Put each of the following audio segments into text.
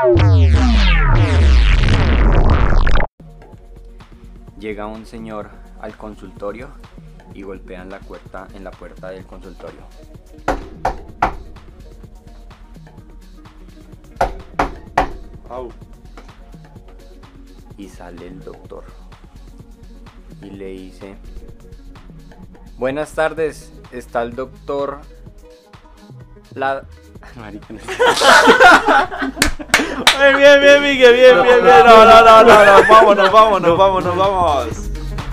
Llega un señor al consultorio y golpean en la puerta del consultorio. Au. Y sale el doctor y le dice: buenas tardes, ¿está el doctor? Marica, no. Bien, Miguel, bien. No, vámonos.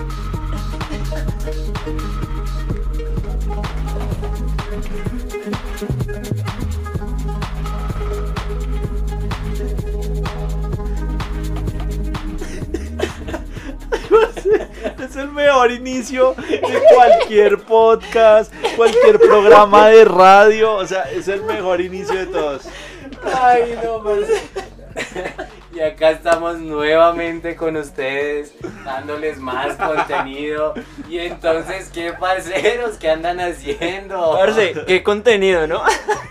Es el mejor inicio de cualquier podcast, cualquier programa de radio. O sea, es el mejor inicio de todos. Ay, no, parce. Y acá estamos nuevamente con ustedes, dándoles más contenido. Y entonces, ¿qué parceros? ¿Qué andan haciendo? Parce, qué contenido, ¿no?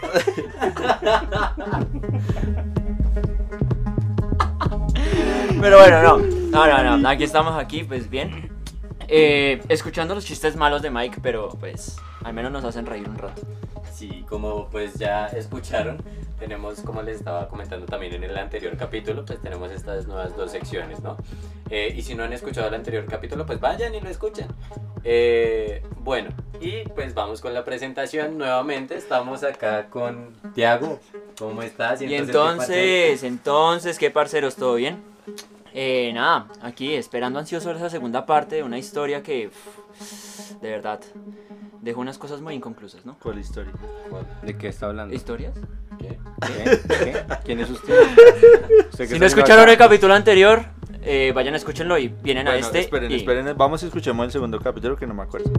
Pero bueno, no, aquí estamos pues bien. Escuchando los chistes malos de Mike, pero pues al menos nos hacen reír un rato. Sí, como pues ya escucharon, tenemos, como les estaba comentando también en el anterior capítulo, pues tenemos estas nuevas dos secciones, ¿no? Y si no han escuchado el anterior capítulo, pues vayan y lo escuchen. Bueno, y pues vamos con la presentación. Nuevamente estamos acá con Tiago. ¿Cómo estás? Y entonces, ¿qué parceros? ¿Todo bien? Nada, aquí esperando ansioso esa segunda parte de una historia que, de verdad, dejó unas cosas muy inconclusas, ¿no? ¿Cuál historia? ¿De qué está hablando? ¿Historias? ¿Qué? ¿Quién es usted? Si no escucharon el capítulo anterior, vayan a escúchenlo y vienen a este. Esperen, vamos y escuchemos el segundo capítulo que no me acuerdo.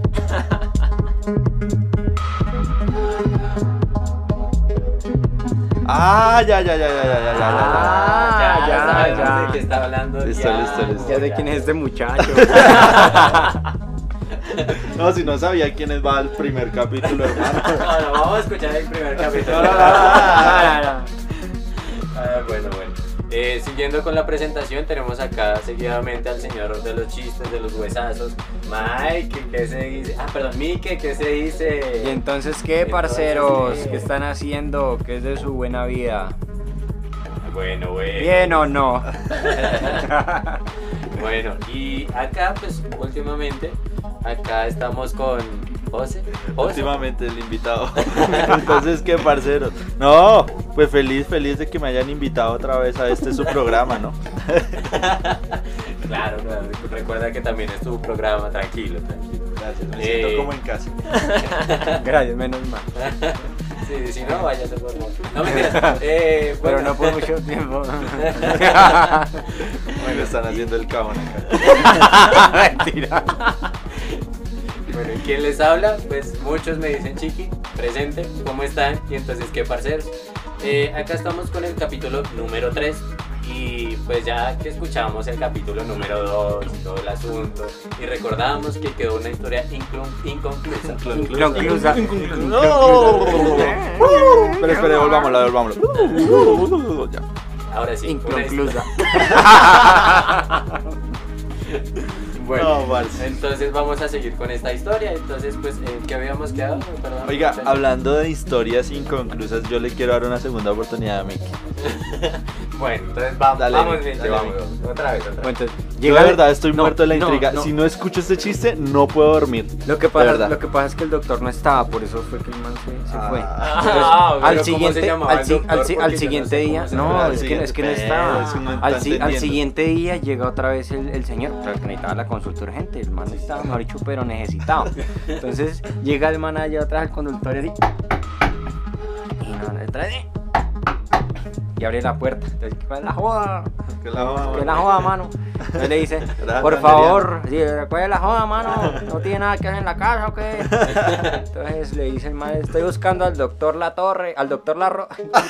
Ya. Ya. ¿De qué está hablando? Listo. Ya sé quién es este muchacho. No, si no sabía quién va al primer capítulo, hermano. No, vamos a escuchar el primer capítulo. Bueno. Siguiendo con la presentación, tenemos acá seguidamente al señor de los chistes, de los huesazos, Mike, ¿qué se dice? Mike, ¿qué se dice? ¿Y entonces qué, parceros? ¿Qué están haciendo? ¿Qué es de su buena vida? Bueno. ¿Bien o no? Bueno, y acá pues últimamente, acá estamos con José. Últimamente el invitado. Entonces, ¿qué, parceros? No, pues feliz de que me hayan invitado otra vez a su programa, ¿no? Claro, recuerda que también es tu programa, tranquilo. Gracias, me siento como en casa. Gracias, menos mal. Sí, si no, váyase por favor. No, mentira. Pero no por mucho tiempo. Bueno, están haciendo el cajón acá. Mentira. Bueno, ¿y quién les habla? Pues muchos me dicen Chiqui, presente, ¿cómo están? Y entonces, ¿qué parceros? Acá estamos con el capítulo número 3 y pues ya que escuchamos el capítulo número 2 y todo el asunto y recordamos que quedó una historia inconclusa. Espera, volvámosla. Ya. Ahora sí. Inconclusa. Bueno, entonces vamos a seguir con esta historia. Entonces, pues, ¿qué habíamos quedado? Perdón, oiga, hablando de historias inconclusas, yo le quiero dar una segunda oportunidad a Mickey. Bueno, entonces vamos, dale, vamos. Otra vez. Bueno, entonces, Yo de verdad estoy muerto de la intriga. Si no escucho este chiste, no puedo dormir. Lo que pasa es que el doctor no estaba, por eso fue que el man se fue. Al siguiente día, no, es que no estaba. Al siguiente día llega otra vez el señor, pero que necesitaba la consulta urgente. El man estaba, mejor dicho, pero necesitado. Entonces llega el man allá atrás al consultorio y no, detrás y abre la puerta. Entonces, ¿qué es la joda? ¿Qué la joda, mano? Entonces le dice, por favor, ¿cuál es la joda, mano? ¿No tiene nada que hacer en la casa o qué? Entonces le dice el man, estoy buscando al doctor Latorre, al doctor Larro.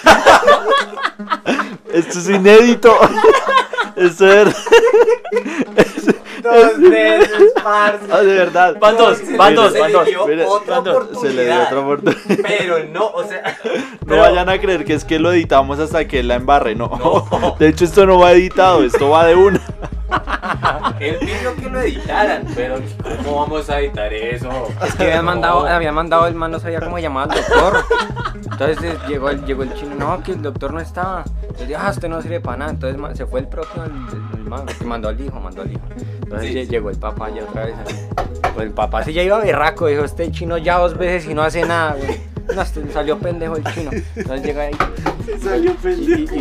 Esto es inédito. Esto es... 2 veces. de verdad. Van dos. Se le dio otra oportunidad. Pero no, o sea. No vayan a creer que es que lo editamos hasta que él la embarre, no. De hecho, esto no va editado, esto va de una. Él pidió que lo editaran, pero ¿cómo vamos a editar eso? Es que había mandado el man, no sabía cómo llamar al doctor. Entonces llegó el chino, no, que el doctor no estaba. Entonces dijo, usted no sirve para nada. Entonces se fue el propio, el man, que mandó al hijo. Entonces llegó el papá ya otra vez. Pues el papá sí ya iba berraco, dijo, este chino ya 2 veces y no hace nada, güey. No, salió pendejo el chino. Entonces llega ahí. Salió pendejo.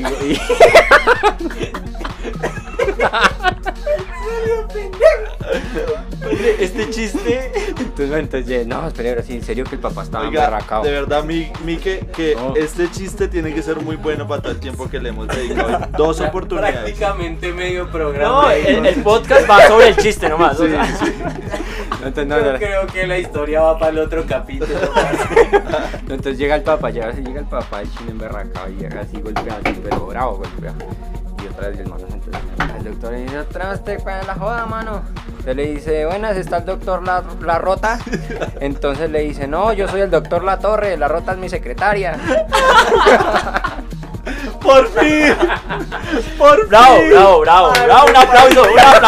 Este chiste. Entonces, no, espera, sí, en serio que el papá estaba Oiga, berracado. de verdad, Mike, que No. Este chiste tiene que ser muy bueno para todo el tiempo que le hemos dedicado. 2 oportunidades. Prácticamente medio programa. No, el podcast va sobre el chiste nomás. Sí, o sea. sí. Yo creo que la historia va para el otro capítulo. Entonces llega el papá, el chino emberracado y llega así golpeado, así, pero bravo golpeado. Y otra vez el hermano se entonces, el doctor le dice, otra vez te cuál es la joda, mano. Entonces le dice, buenas, está el doctor la Rota. Entonces le dice, no, yo soy el doctor La Torre, la Rota es mi secretaria. ¡Por fin! Bravo, un aplauso.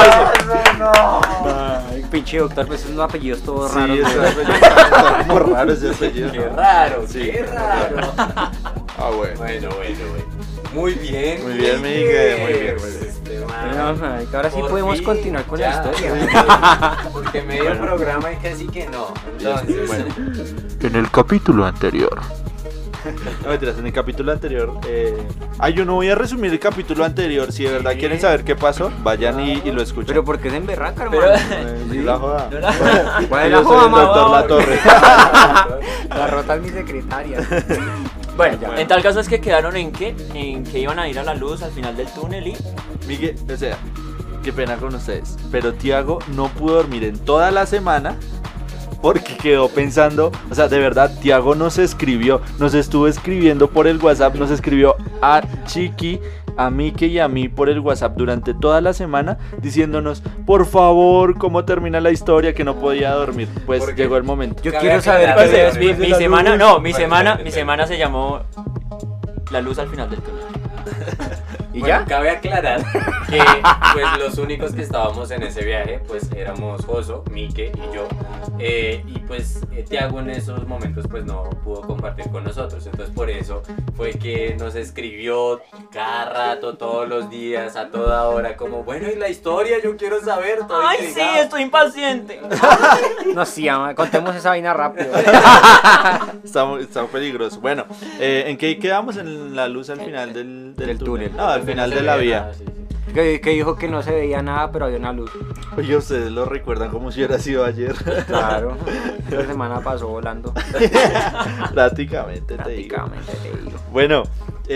Ay, pinche doctor, pues esos apellidos todos Sí, raros. está como raro ese apellido. Qué raro, Sí. qué raro. Bueno. Bueno. Muy bien. Muy bien, Miguel, muy bien. Ahora sí Por podemos fin, continuar con ya. la historia. Porque medio programa y casi que no. Entonces, Bueno, en el capítulo anterior. No mentiras, en el capítulo anterior. Yo no voy a resumir el capítulo anterior. Si de verdad Sí. quieren saber qué pasó, vayan y lo escuchen. Pero ¿por qué se emberraca, Pero- hermano? Sí, la joda. ¿Cuál es Yo la soy joda, el doctor mamá? La Torre. La Rota es mi secretaria. Bueno, Ya. en tal caso es que quedaron en que iban a ir a la luz al final del túnel y Miguel, o sea, qué pena con ustedes. Pero Tiago no pudo dormir en toda la semana porque quedó pensando, o sea, de verdad, Tiago nos estuvo escribiendo por el WhatsApp, nos escribió a Chiqui, a Mike y a mí por el WhatsApp durante toda la semana diciéndonos, por favor, cómo termina la historia, que no podía dormir. Pues ¿Por qué? llegó el momento. Yo Cabe quiero saber aclarar, qué pues, después de mi la semana, luz. no, mi semana se llamó La Luz al final del túnel. ¿Y bueno, ya? cabe aclarar que pues los únicos que estábamos en ese viaje pues éramos Joso, Mike y yo. Y pues Tiago en esos momentos pues no pudo compartir con nosotros. Entonces por eso fue que nos escribió cada rato, todos los días, a toda hora, como bueno, y la historia, yo quiero saber. Todo Ay, sí, intrigado. estoy impaciente. No, sí, ama, contemos esa vaina rápido. Está peligroso. Bueno, ¿en qué quedamos? En la luz al final del Del túnel. No, al final de la vía. Sí. Que dijo que no se veía nada, pero había una luz. Oye, ustedes lo recuerdan como si hubiera sido ayer. Claro. Esta semana pasó volando. Prácticamente, te digo. Prácticamente te digo. Bueno,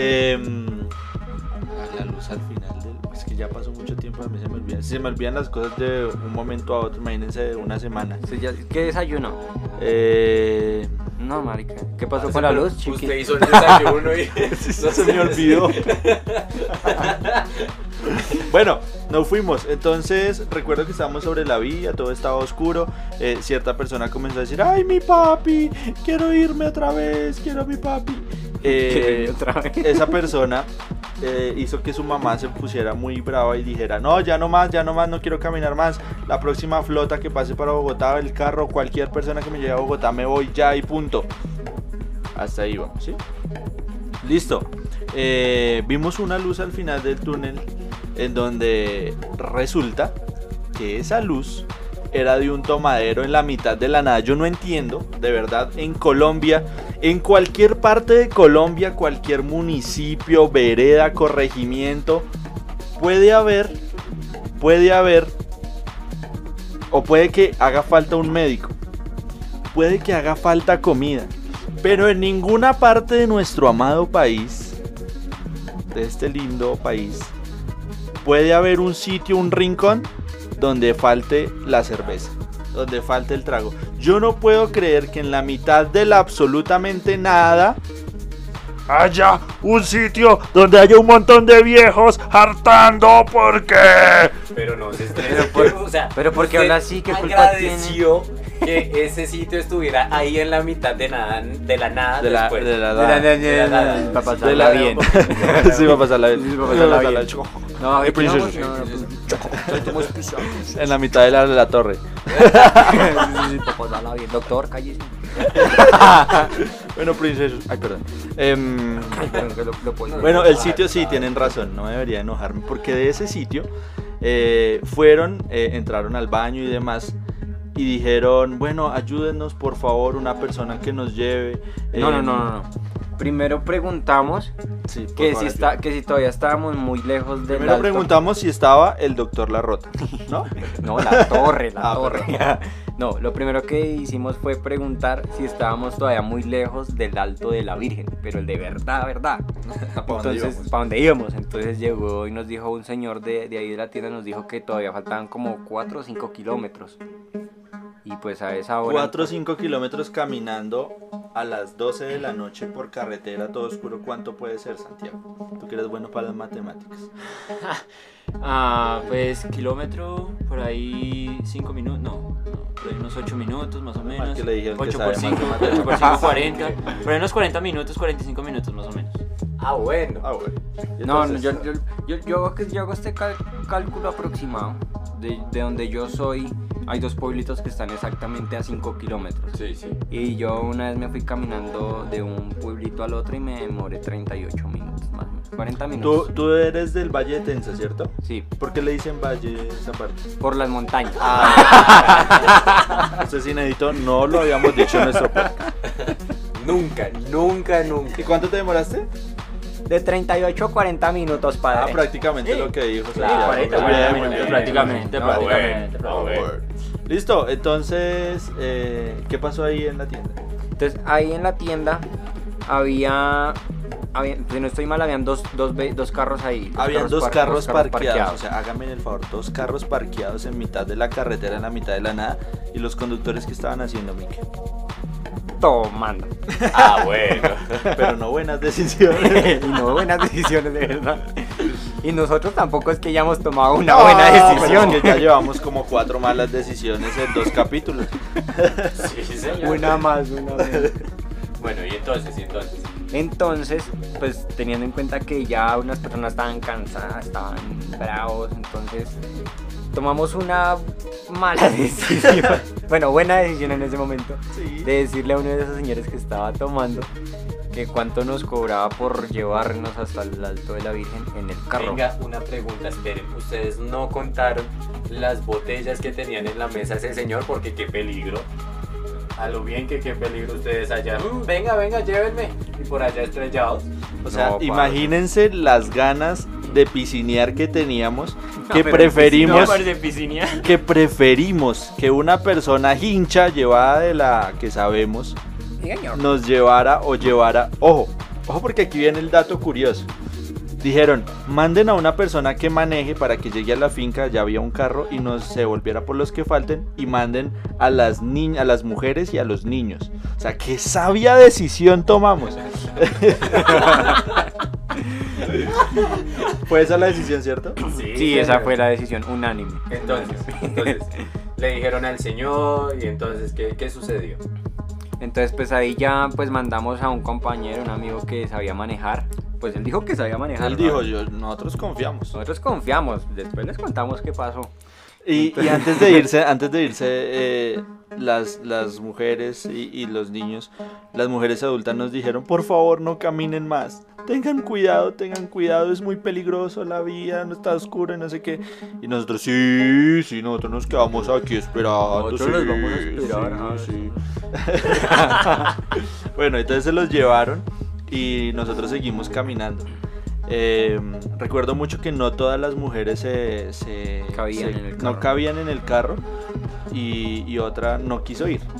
a la luz al final del... Es que ya pasó mucho tiempo, a mí se me olvidan. Se me olvidan las cosas de un momento a otro, imagínense de una semana. Sí, ¿qué desayuno? No, marica. ¿Qué pasó con la luz, chiqui? Usted hizo el desayuno y No se me olvidó. Bueno, nos fuimos. Entonces recuerdo que estábamos sobre la vía, todo estaba oscuro. Cierta persona comenzó a decir, ay, mi papi, quiero irme otra vez, quiero a mi papi. Otra vez. Esa persona hizo que su mamá se pusiera muy brava y dijera, no, ya no más, no quiero caminar más. La próxima flota que pase para Bogotá, el carro, cualquier persona que me lleve a Bogotá, me voy ya y punto. Hasta ahí vamos, ¿sí? Listo. Vimos una luz al final del túnel en donde resulta que esa luz era de un tomadero en la mitad de la nada. Yo no entiendo, de verdad, en Colombia, en cualquier parte de Colombia, cualquier municipio, vereda, corregimiento, puede haber, o puede que haga falta un médico, puede que haga falta comida, pero en ninguna parte de nuestro amado país, de este lindo país, puede haber un sitio, un rincón donde falte la cerveza, donde falte el trago. Yo no puedo creer que en la mitad de la absolutamente nada haya un sitio donde haya un montón de viejos hartando porque... Pero no se estrese. Pero porque usted habla así, ¿qué culpa tiene? agradeció que ese sitio estuviera ahí en la mitad de nada, de la nada después. Para pasarla bien. Sí, va a pasarla bien. No, En la mitad de la torre. para pasarla bien. Doctor, cállese. Bueno, princesos. Ay, perdón. Bueno, Bueno, el sitio sí, tienen razón. No debería enojarme. Porque de ese sitio entraron al baño y demás. Y dijeron, bueno, ayúdenos por favor, una persona que nos lleve. No. Primero preguntamos Sí, por que favor, si todavía estábamos muy lejos del Primero alto. preguntamos si estaba el doctor Larrota, ¿no? No, la torre. Perdón. No, lo primero que hicimos fue preguntar si estábamos todavía muy lejos del Alto de la Virgen, pero el de verdad. Entonces, ¿para dónde íbamos? Entonces llegó y nos dijo un señor de ahí de la tienda, nos dijo que todavía faltaban como 4 o 5 kilómetros. Y pues a esa hora... 4 o 5 kilómetros caminando a las 12 de la noche por carretera, todo oscuro. ¿Cuánto puede ser, Santiago? Tú que eres bueno para las matemáticas. Pues kilómetro, por ahí 5 minutos, no, por ahí unos 8 minutos más o menos. que le dijeron que 8 sabe por 5, matemáticas. 8 por 5, 40, por ahí unos 40 minutos, 45 minutos más o menos. Ah, bueno. Ah, bueno. No, Entonces, yo hago este cálculo aproximado. De donde yo soy, hay 2 pueblitos que están exactamente a 5 kilómetros. Sí. Y yo una vez me fui caminando de un pueblito al otro y me demoré 38 minutos más o menos. 40 minutos. Tú eres del Valle de Tensa, ¿cierto? Sí, ¿Por qué le dicen Valle esa parte? por las montañas. Esto es inédito, no lo habíamos dicho en nuestro podcast. Nunca. ¿Y cuánto te demoraste? De 38 a 40 minutos, padre. Prácticamente lo que dijo Sí, Santiago. 40 Bien, minutos, bien, prácticamente. bien. Listo, entonces, ¿qué pasó ahí en la tienda? Entonces ahí en la tienda había si no estoy mal, habían dos carros ahí. Habían dos carros parqueados. O sea, háganme el favor, 2 carros parqueados en mitad de la carretera, en la mitad de la nada. Y los conductores que estaban haciendo, Mike. Tomando. Ah, bueno. Pero no buenas decisiones. Y no buenas decisiones, de verdad. Y nosotros tampoco es que hayamos tomado una buena decisión. Es que ya llevamos como 4 malas decisiones en 2 capítulos. Sí, señor. Una más. Bueno, y entonces. Entonces, pues teniendo en cuenta que ya unas personas estaban cansadas, estaban bravos, entonces tomamos una mala decisión. Bueno, buena decisión en ese momento. Sí. De decirle a uno de esos señores que estaba tomando que cuánto nos cobraba por llevarnos hasta el Alto de la Virgen en el carro. Venga, una pregunta, esperen. Ustedes no contaron las botellas que tenían en la mesa ese señor, porque qué peligro. A lo bien que qué peligro ustedes allá. Venga, llévenme. Y por allá estrellados. O sea, No, imagínense las ganas de piscinear que teníamos, que pero preferimos que una persona hincha llevada de la que sabemos nos llevara o llevara. Ojo porque aquí viene el dato curioso. Dijeron, manden a una persona que maneje para que llegue a la finca, ya había un carro y no se volviera por los que falten, y manden a las niñas, a las mujeres y a los niños. O sea, qué sabia decisión tomamos. ¿Fue esa la decisión, cierto? Sí, esa fue la decisión unánime. Entonces, le dijeron al señor y entonces, ¿qué sucedió? Entonces pues ahí ya pues mandamos a un compañero, un amigo que sabía manejar. Pues él dijo que sabía manejar. Él dijo, nosotros confiamos. Nosotros confiamos, después les contamos qué pasó. Y antes de irse, las mujeres y los niños, las mujeres adultas nos dijeron, por favor no caminen más, tengan cuidado, es muy peligroso la vía, no está oscura, no sé qué. Y nosotros, sí, nosotros nos quedamos aquí esperando. Nosotros los vamos a esperar. Sí. Bueno, entonces se los llevaron y nosotros seguimos caminando. Recuerdo mucho que no todas las mujeres no cabían en el carro y otra no quiso ir.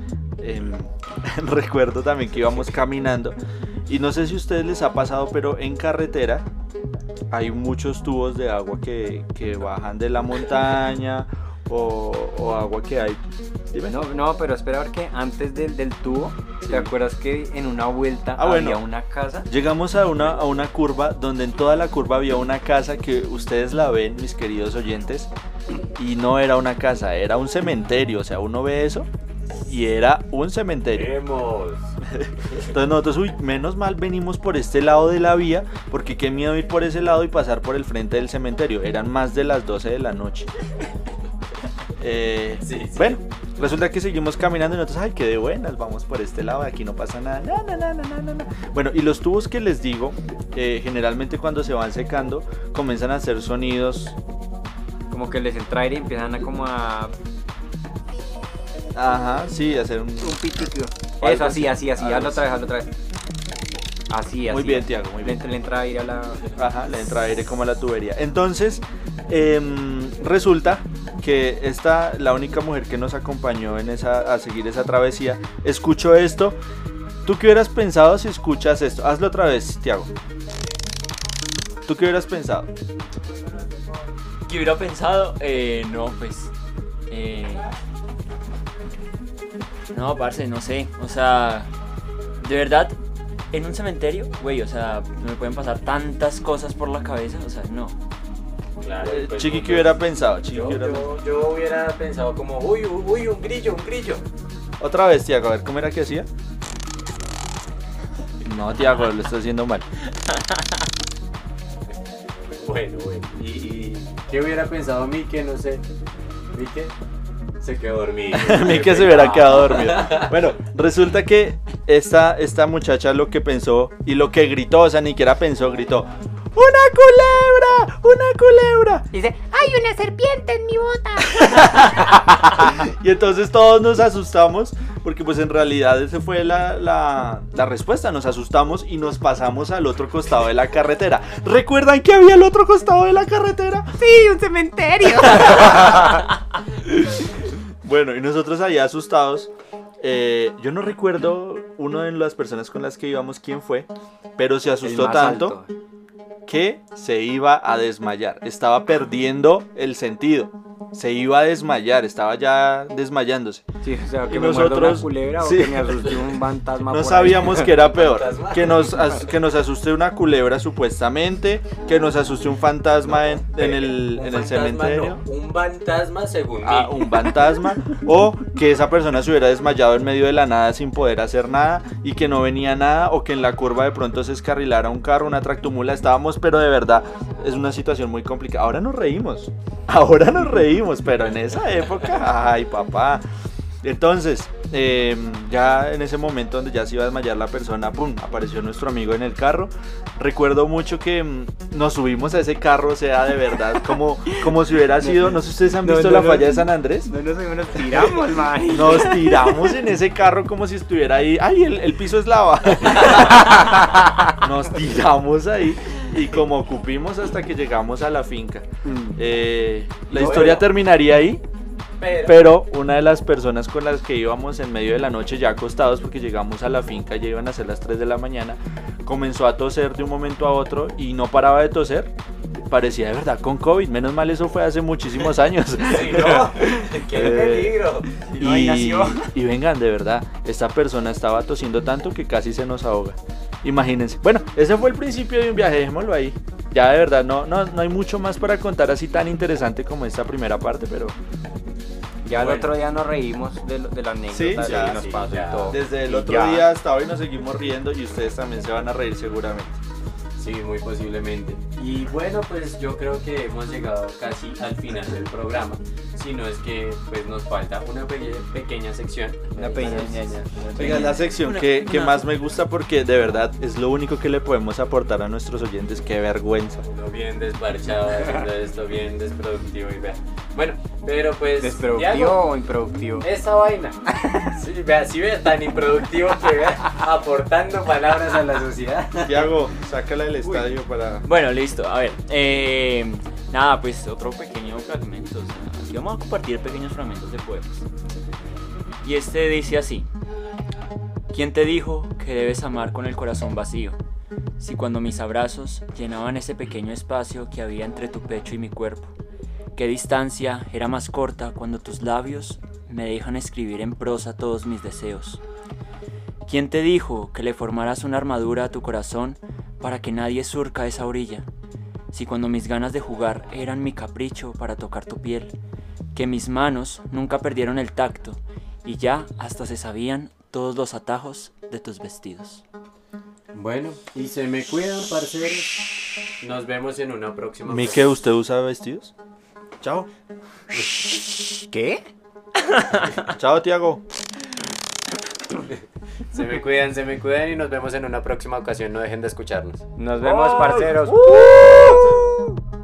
Recuerdo también que íbamos caminando y no sé si a ustedes les ha pasado, pero en carretera hay muchos tubos de agua que bajan de la montaña o agua que hay Dime. No, pero espera, porque antes del tubo, Sí. ¿te acuerdas que en una vuelta bueno. había una casa? Llegamos a una curva donde en toda la curva había una casa que ustedes la ven, mis queridos oyentes, y no era una casa, era un cementerio. O sea, uno ve eso y era un cementerio. Vemos. Entonces nosotros, menos mal venimos por este lado de la vía, porque qué miedo ir por ese lado y pasar por el frente del cementerio. Eran más de las 12 de la noche. Sí. Bueno, resulta que seguimos caminando y nosotros, ay, qué de buenas, vamos por este lado, aquí no pasa nada. No. Bueno, y los tubos que les digo, generalmente cuando se van secando, comienzan a hacer sonidos. Como que les entra aire y empiezan a como a... Ajá, sí, hacer un pitico. Algo Eso, así, así. hazlo otra vez. Así. Muy bien, Tiago, muy bien. Le entra aire a la... Ajá, le entra aire como a la tubería. Entonces, resulta que la única mujer que nos acompañó a seguir esa travesía, escuchó esto. ¿Tú qué hubieras pensado si escuchas esto? Hazlo otra vez, Tiago. ¿Tú qué hubieras pensado? ¿Qué hubiera pensado? No, pues... No, parce, no sé. O sea, de verdad, en un cementerio, güey, o sea, no me pueden pasar tantas cosas por la cabeza, o sea, no. Claro, pues, Chiqui, ¿qué hubiera pensado? Yo hubiera pensado como, uy, un grillo. Otra vez, Tiago, a ver, ¿cómo era que hacía? No, Tiago, lo estás haciendo mal. Bueno. ¿Y qué hubiera pensado Mike? No sé. ¿Mike? Se quedó dormido. Mike se hubiera quedado dormido. Bueno, resulta que esta muchacha lo que pensó y lo que gritó, o sea, ni siquiera pensó, gritó: ¡una culebra! Dice, ¡hay una serpiente en mi bota! Y entonces todos nos asustamos, porque pues en realidad esa fue la respuesta. Nos asustamos y nos pasamos al otro costado de la carretera. ¿Recuerdan que había al otro costado de la carretera? Sí, un cementerio. Bueno, y nosotros ahí asustados. Yo no recuerdo uno de las personas con las que íbamos quién fue, pero se asustó tanto que se iba a desmayar. Estaba perdiendo el sentido. Se iba a desmayar, estaba ya desmayándose. Sí, o sea, que Y me muerda nosotros, una culebra sí, o que me asuste un fantasma. no por sabíamos ahí. que era peor. Que nos asuste una culebra supuestamente, que nos asuste un fantasma en el cementerio. No, un fantasma según mí. Un fantasma, o que esa persona se hubiera desmayado en medio de la nada sin poder hacer nada y que no venía nada, o que en la curva de pronto se escarrilara un carro, una tractomula. Estábamos, pero de verdad es una situación muy complicada. Ahora nos reímos, pero en esa época, ay papá. Entonces, ya en ese momento donde ya se iba a desmayar la persona, ¡pum!, apareció nuestro amigo en el carro. Recuerdo mucho que nos subimos a ese carro, o sea, de verdad, como si hubiera sido, no sé si ustedes han visto la falla de San Andrés. No nos tiramos, man. Nos tiramos en ese carro como si estuviera ahí. ¡Ay, el piso es lava! Nos tiramos ahí y como cupimos hasta que llegamos a la finca. La historia terminaría ahí. Pero una de las personas con las que íbamos en medio de la noche, ya acostados porque llegamos a la finca, ya iban a ser las 3 de la mañana, comenzó a toser de un momento a otro y no paraba de toser. Parecía de verdad con COVID. Menos mal, eso fue hace muchísimos años. Sí, no, qué peligro. Y vengan, de verdad, esta persona estaba tosiendo tanto que casi se nos ahoga. Imagínense. Bueno, ese fue el principio de un viaje, dejémoslo ahí. Ya de verdad, no hay mucho más para contar así tan interesante como esta primera parte, pero... Ya el otro día nos reímos de la anécdota Sí, que ya, nos sí, pasó ya. y todo. Desde el Y otro ya. día hasta hoy nos seguimos riendo y ustedes también se van a reír seguramente. Sí, muy posiblemente. Y bueno, pues yo creo que hemos llegado casi al final del programa. Si no es que pues nos falta una pequeña sección. Una pequeña. Oiga, la sección que más me gusta porque de verdad es lo único que le podemos aportar a nuestros oyentes. Qué vergüenza. Uno bien desparchado haciendo esto, bien desproductivo y vea. Bueno, pero pues... ¿Desproductivo Diago, o improductivo? esa vaina. Sí, vea, tan improductivo que vea, aportando palabras a la sociedad. Tiago, sácala del estadio para... Bueno, listo, a ver. Nada, pues otro pequeño fragmento. O sea, aquí vamos a compartir pequeños fragmentos de poemas. Y este dice así: ¿quién te dijo que debes amar con el corazón vacío? Si cuando mis abrazos llenaban ese pequeño espacio que había entre tu pecho y mi cuerpo, ¿qué distancia era más corta cuando tus labios me dejan escribir en prosa todos mis deseos. ¿Quién te dijo que le formaras una armadura a tu corazón para que nadie surca esa orilla? Si cuando mis ganas de jugar eran mi capricho para tocar tu piel, que mis manos nunca perdieron el tacto y ya hasta se sabían todos los atajos de tus vestidos. Bueno, y se me cuidan, parceros. Nos vemos en una próxima. Mike, ¿usted usa vestidos? Chao. ¿Qué? Chao, Tiago. Se me cuidan y nos vemos en una próxima ocasión. No dejen de escucharnos. Nos vemos, parceros.